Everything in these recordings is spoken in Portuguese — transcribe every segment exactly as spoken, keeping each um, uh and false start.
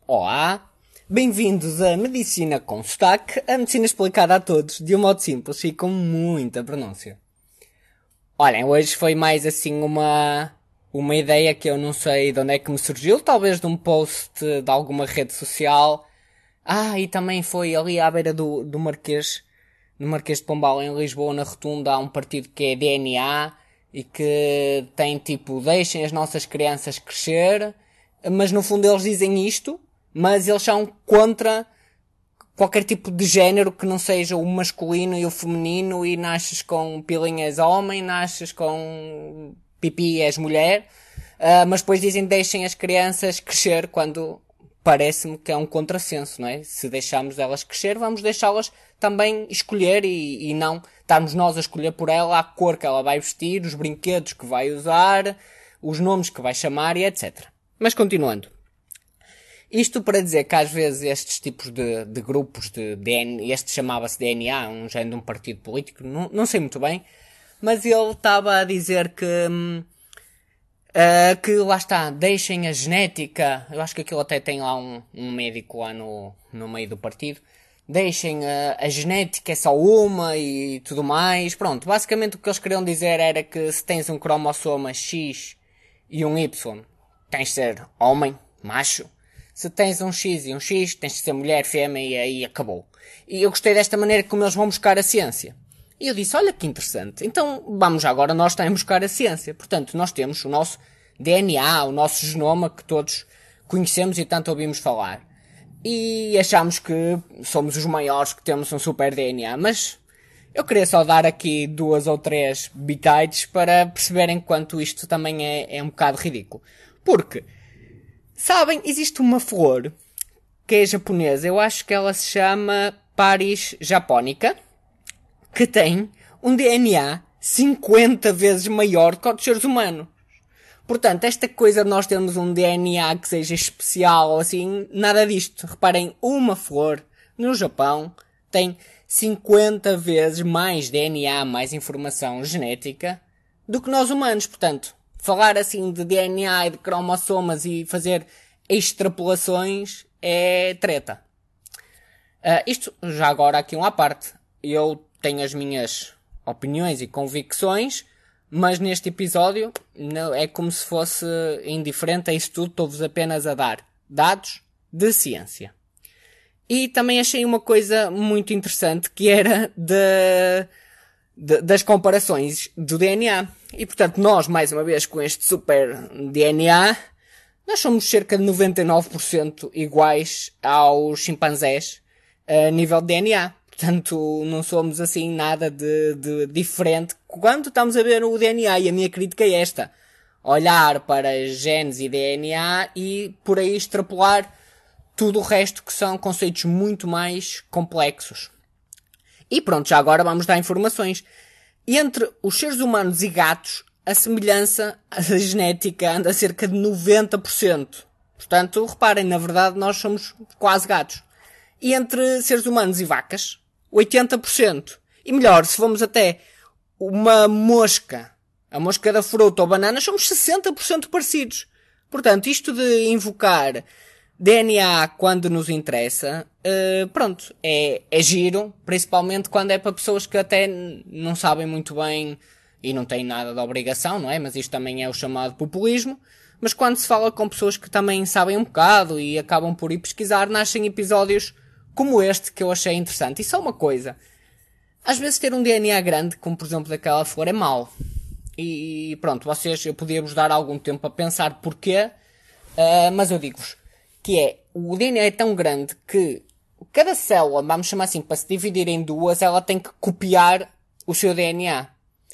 Olá, bem-vindos a Medicina com Sotaque, a medicina explicada a todos de um modo simples e com muita pronúncia. Olhem, hoje foi mais assim uma, uma ideia que eu não sei de onde é que me surgiu, talvez de um post de alguma rede social. Ah, e também foi ali à beira do, do Marquês, no Marquês de Pombal em Lisboa, na Rotunda, há um partido que é D N A e que tem tipo, deixem as nossas crianças crescer, mas no fundo eles dizem isto, mas eles são contra qualquer tipo de género que não seja o masculino e o feminino, e nasces com pilinhas homem, nasces com pipi és mulher, uh, mas depois dizem deixem as crianças crescer, quando parece-me que é um contrassenso, não é? Se deixarmos elas crescer, vamos deixá-las também escolher e, e não estarmos nós a escolher por ela a cor que ela vai vestir, os brinquedos que vai usar, os nomes que vai chamar e etcétera. Mas continuando. Isto para dizer que às vezes estes tipos de, de grupos de D N A, este chamava-se D N A, um género de um partido político, não, não sei muito bem, mas ele estava a dizer que, hum, uh, que lá está, deixem a genética, eu acho que aquilo até tem lá um, um médico lá no, no meio do partido, deixem a, a genética é só uma e tudo mais, pronto, basicamente o que eles queriam dizer era que se tens um cromossoma X e um Y, tens de ser homem, macho. Se tens um X e um X, tens de ser mulher, fêmea e aí acabou. E eu gostei desta maneira como eles vão buscar a ciência. E eu disse, olha que interessante. Então vamos agora nós também buscar a ciência. Portanto, nós temos o nosso D N A, o nosso genoma que todos conhecemos e tanto ouvimos falar. E achamos que somos os maiores, que temos um super D N A. Mas eu queria só dar aqui duas ou três bitites para perceberem quanto isto também é, é um bocado ridículo. Porque... sabem, existe uma flor que é japonesa, eu acho que ela se chama Paris japonica, que tem um D N A cinquenta vezes maior que o dos seres humanos. Portanto, esta coisa de nós termos um D N A que seja especial, assim, nada disto. Reparem, uma flor no Japão tem cinquenta vezes mais D N A, mais informação genética, do que nós humanos. Portanto, falar assim de D N A e de cromossomas e fazer extrapolações é treta. Uh, isto, já agora aqui um à parte. Eu tenho as minhas opiniões e convicções, mas neste episódio não, é como se fosse indiferente a isso tudo. Estou-vos apenas a dar dados de ciência. E também achei uma coisa muito interessante, que era de... De, das comparações do D N A. E, portanto, nós, mais uma vez, com este super D N A, nós somos cerca de noventa e nove por cento iguais aos chimpanzés a nível de D N A. Portanto, não somos assim nada de, de diferente quando estamos a ver o D N A. E a minha crítica é esta. Olhar para genes e D N A e, por aí, extrapolar tudo o resto, que são conceitos muito mais complexos. E pronto, já agora vamos dar informações. Entre os seres humanos e gatos, a semelhança, a genética anda a cerca de noventa por cento. Portanto, reparem, na verdade nós somos quase gatos. E entre seres humanos e vacas, oitenta por cento. E melhor, se formos até uma mosca, a mosca da fruta ou banana, somos sessenta por cento parecidos. Portanto, isto de invocar D N A quando nos interessa, uh, pronto, é, é giro, principalmente quando é para pessoas que até não sabem muito bem e não têm nada de obrigação, não é? Mas isto também é o chamado populismo. Mas quando se fala com pessoas que também sabem um bocado e acabam por ir pesquisar, nascem episódios como este que eu achei interessante. E só uma coisa, às vezes ter um D N A grande, como por exemplo daquela flor, é mau. E pronto, vocês, eu podia-vos dar algum tempo a pensar porquê, uh, mas eu digo-vos, que é, o D N A é tão grande que cada célula, vamos chamar assim, para se dividir em duas, ela tem que copiar o seu D N A.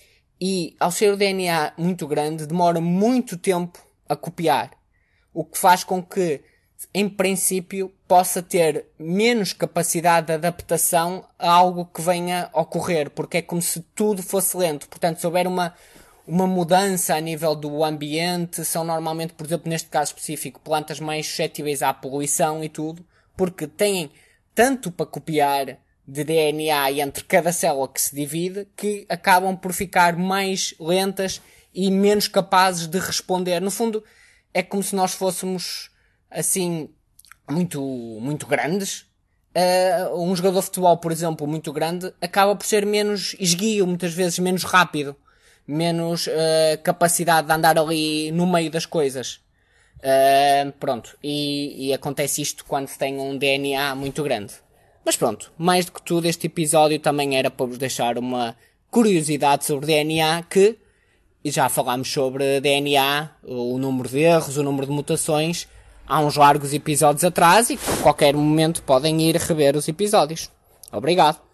E, ao ser o D N A muito grande, demora muito tempo a copiar. O que faz com que, em princípio, possa ter menos capacidade de adaptação a algo que venha a ocorrer, porque é como se tudo fosse lento. Portanto, se houver uma... uma mudança a nível do ambiente, são normalmente, por exemplo, neste caso específico, plantas mais suscetíveis à poluição e tudo, porque têm tanto para copiar de D N A entre cada célula que se divide, que acabam por ficar mais lentas e menos capazes de responder. No fundo, é como se nós fôssemos, assim, muito, muito grandes, uh, um jogador de futebol, por exemplo, muito grande, acaba por ser menos esguio, muitas vezes menos rápido, menos uh, capacidade de andar ali no meio das coisas. Uh, pronto, e, e acontece isto quando se tem um D N A muito grande. Mas pronto, mais do que tudo, este episódio também era para vos deixar uma curiosidade sobre D N A, que já falámos sobre D N A, o número de erros, o número de mutações, há uns largos episódios atrás, e que a qualquer momento podem ir rever os episódios. Obrigado.